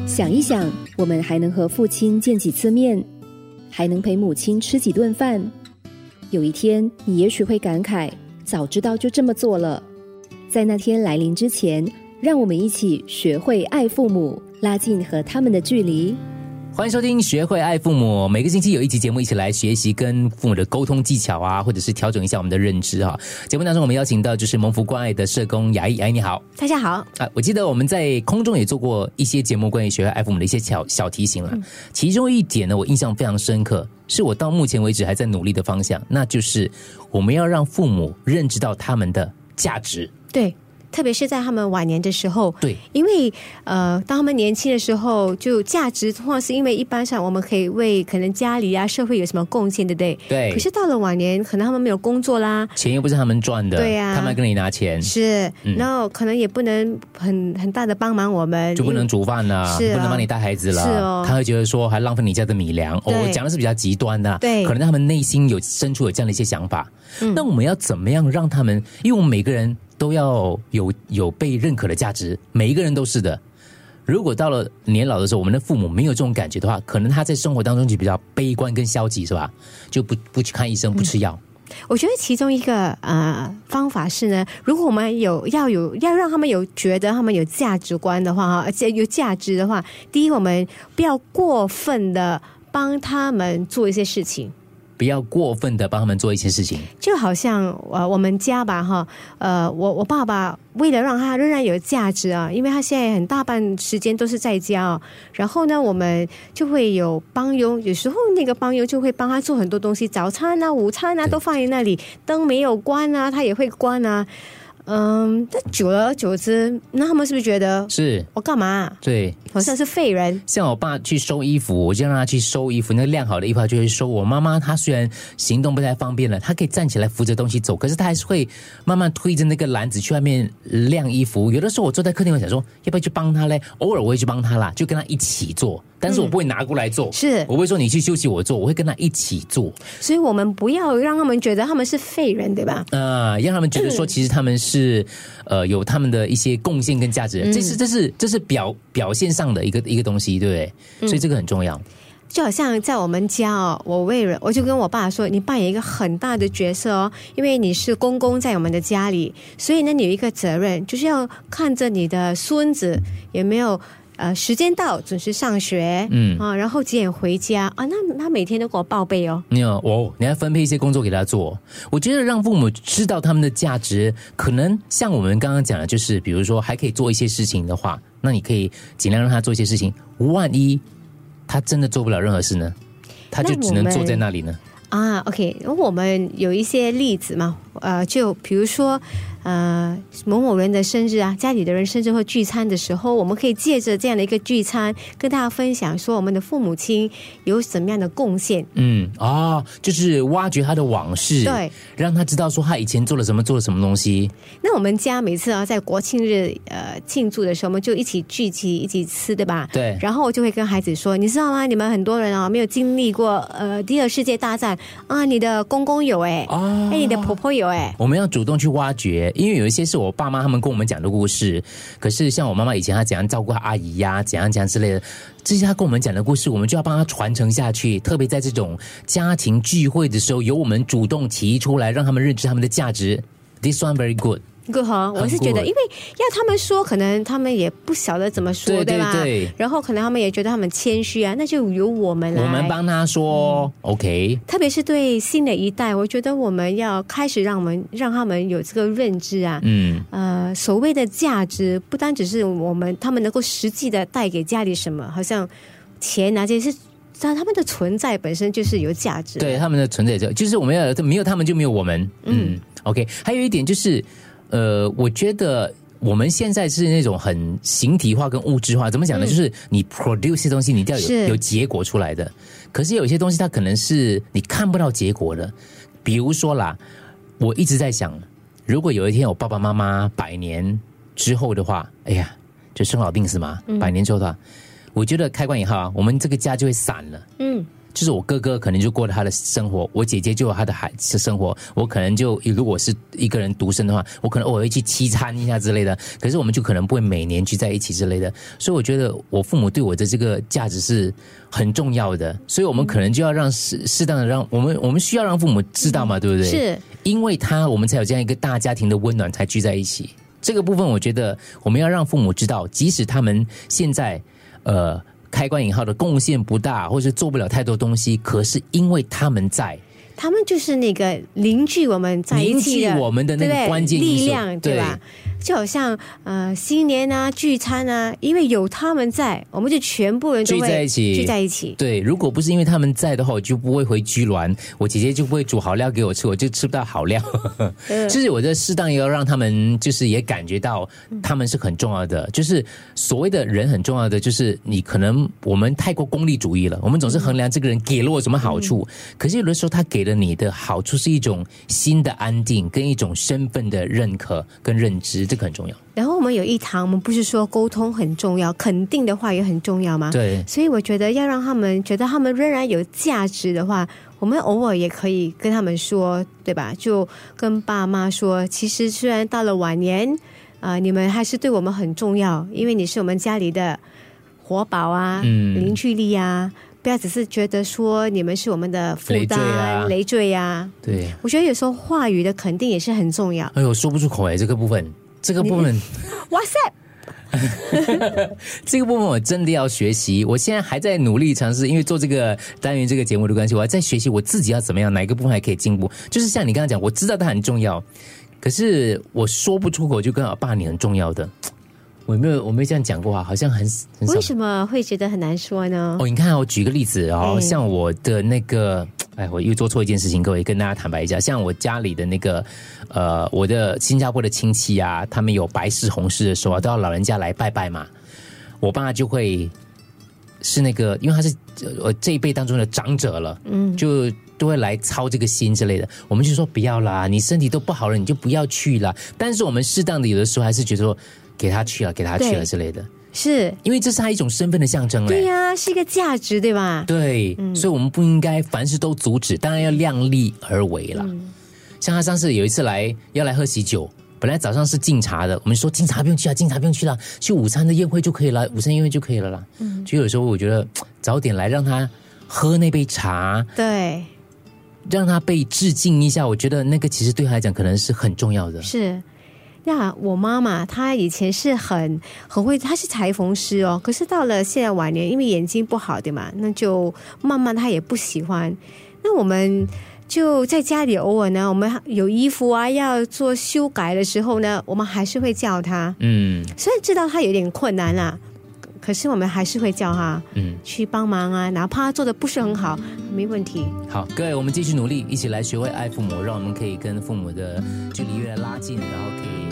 想一想，我们还能和父亲见几次面，还能陪母亲吃几顿饭。有一天，你也许会感慨，早知道就这么做了。在那天来临之前，让我们一起学会爱父母，拉近和他们的距离。 欢迎收听学会爱父母，每个星期有一集节目一起来学习跟父母的沟通技巧啊，或者是调整一下我们的认知啊。节目当中我们邀请到就是蒙福关爱的社工雅意，雅意你好。 大家好我记得我们在空中也做过一些节目关于学会爱父母的一些小提醒了，其中一点呢我印象非常深刻，是我到目前为止还在努力的方向，那就是我们要让父母认知到他们的价值。 对，特别是在他们晚年的时候， 对， 因为当他们年轻的时候，就价值通常是因为一般上我们可以为可能家里啊社会有什么贡献，对不对？ 对。 可是到了晚年，可能他们没有工作啦， 钱又不是他们赚的， 对啊， 他们要跟你拿钱， 是，然后可能也不能很大的帮忙我们， 就不能煮饭了， 是、 不能帮你带孩子了， 是哦， 他会觉得说还浪费你家的米粮。我讲的是比较极端的， 对， 可能他们内心深处有这样的一些想法。那我们要怎么样让他们？因为我们每个人都要有被认可的价值，每一个人都是的。如果到了年老的时候，我们的父母没有这种感觉的话，可能他在生活当中就比较悲观跟消极，是吧？就不去看医生，不吃药。 我觉得其中一个方法是呢，如果我们要让他们觉得他们有价值观的话，而且有价值的话，第一，我们不要过分的帮他们做一些事情。 不要过分的帮他们做一些事情， 就好像我们家吧我爸爸为了让他仍然有价值啊，因为他现在很大半时间都是在家然后呢我们就会有帮佣，有时候那个帮佣就会帮他做很多东西，早餐啊午餐啊都放在那里，灯没有关啊他也会关啊。但久而久之，那他们是不是觉得是我干嘛？ 对， 好像是废人。 像我爸去收衣服，我就让他去收衣服，那晾好的衣服他就会收。我妈妈她虽然行动不太方便了，她可以站起来扶着东西走，可是她还是会慢慢推着那个篮子去外面晾衣服。有的时候我坐在客厅，我想说要不要去帮她嘞？偶尔我会去帮她啦，就跟她一起做。但是我不会拿过来做， 是我不会说你去休息我做，我会跟他一起做。 所以我们不要让他们觉得他们是废人，对吧？ 让他们觉得说其实他们是有他们的一些贡献跟价值，这是表现上的一个东西，对不对？所以这个很重要。 就好像在我们家我就跟我爸说，你扮演一个很大的角色因为你是公公在我们的家里，所以呢你有一个责任，就是要看着你的孙子有没有时间到准时上学，然后几点回家那他每天都给我报备你要分配一些工作给他做。我觉得让父母知道他们的价值，可能像我们刚刚讲的，就是比如说还可以做一些事情的话，那你可以尽量让他做一些事情。万一他真的做不了任何事呢，他就只能坐在那里呢。 OK， 我们有一些例子嘛，就比如说某某人的生日啊，家里的人生日或聚餐的时候，我们可以借着这样的一个聚餐跟大家分享说我们的父母亲有什么样的贡献。 就是挖掘他的往事， 对， 让他知道说他以前做了什么东西。 那我们家每次在国庆日庆祝的时候，我们就一起聚集一起吃，对吧？ 对。 然后我就会跟孩子说，你知道吗？你们很多人没有经历过第二世界大战你的公公有你的婆婆有我们要主动去挖掘，因为有一些是我爸妈他们跟我们讲的故事，可是像我妈妈以前她怎样照顾她阿姨呀，怎样之类的，这些她跟我们讲的故事，我们就要帮她传承下去。特别在这种家庭聚会的时候，由我们主动提出来，让他们认知他们的价值。This one very good。 我是觉得，因为要他们说，可能他们也不晓得怎么说，对吧？ 对。 然后可能他们也觉得他们谦虚那就由我们来， 我们帮他说，OK。 特别是对新的一代，我觉得我们要开始让他们有这个认知所谓的价值，不单只是他们能够实际的带给家里什么，好像钱这些是。他们的存在本身就是有价值的， 对他们的存在就是我们要没有他们就没有我们。OK。还有一点就是。我觉得我们现在是那种很形体化跟物质化，怎么讲呢？就是你 produce 些东西，你一定要有结果出来的。可是有些东西它可能是你看不到结果的。比如说啦，我一直在想，如果有一天我爸爸妈妈100年之后的话，就生老病死嘛，100年之后的话，我觉得开关以后我们这个家就会散了。 就是我哥哥可能就过了他的生活，我姐姐就有他的孩子生活，我可能就如果我是一个人独生的话，我可能偶尔会去西餐一下之类的，可是我们就可能不会每年聚在一起之类的，所以我觉得我父母对我的这个价值是很重要的，所以我们可能就要让适当的让我们需要让父母知道嘛，对不对？ 是因为我们才有这样一个大家庭的温暖才聚在一起。这个部分我觉得我们要让父母知道，即使他们现在开关引号的贡献不大，或是做不了太多东西，可是因为他们在， 他们就是那个凝聚我们在一起的， 凝聚我们的那个关键因素， 力量，对吧？就好像新年啊聚餐啊，因为有他们在，我们就全部人都会聚在一起。 对，如果不是因为他们在的话，我就不会回居銮，我姐姐就不会煮好料给我吃，我就吃不到好料。就是我的适当也要让他们就是也感觉到他们是很重要的，就是所谓的人很重要的，就是你可能我们太过功利主义了，我们总是衡量这个人给了我什么好处，可是有的时候他给了你的好处是一种心的安定跟一种身份的认可跟认知，这个很重要。 然后我们有一堂，我们不是说沟通很重要，肯定的话也很重要吗？ 对， 所以我觉得要让他们觉得他们仍然有价值的话，我们偶尔也可以跟他们说，对吧？就跟爸妈说，其实虽然到了晚年你们还是对我们很重要，因为你是我们家里的活宝啊，凝聚力啊，不要只是觉得说你们是我们的负担累赘啊。 对， 我觉得有时候话语的肯定也是很重要。 哎呦，说不出口这个部分哇塞这个部分我真的要学习，我现在还在努力尝试，因为做这个单元这个节目的关系，我还在学习我自己要怎么样，哪一个部分还可以进步。就是像你刚刚讲，我知道它很重要，可是我说不出口，就跟我爸你很重要的，我没有这样讲过啊，好像很少。 为什么会觉得很难说呢？ 你看我举个例子像我的那个我又做错一件事情，各位跟大家坦白一下，像我家里的那个我的新加坡的亲戚啊，他们有白事红事的时候都要老人家来拜拜嘛，我爸就会是那个，因为他是这一辈当中的长者了，就都会来操这个心之类的，我们就说不要啦，你身体都不好了，你就不要去啦。但是我们适当的有的时候还是觉得说给他去了之类的，是因为这是他一种身份的象征嘞。 对呀，是一个价值，对吧？ 对，所以我们不应该凡事都阻止，当然要量力而为啦。像他上次有一次要来喝喜酒，本来早上是敬茶的，我们说敬茶不用去了，去午餐的宴会就可以了，啦。就有时候我觉得早点来让他喝那杯茶，对，让他被致敬一下，我觉得那个其实对他来讲可能是很重要的。是。那我妈妈她以前是很会，她是裁缝师哦，可是到了现在晚年，因为眼睛不好对嘛，那就慢慢她也不喜欢。那我们就在家里偶尔呢，我们有衣服啊要做修改的时候呢，我们还是会叫她。虽然知道她有点困难啦，可是我们还是会叫她去帮忙啊，哪怕做的不是很好，没问题。好，各位，我们继续努力，一起来学会爱父母，让我们可以跟父母的距离越来越拉近，然后可以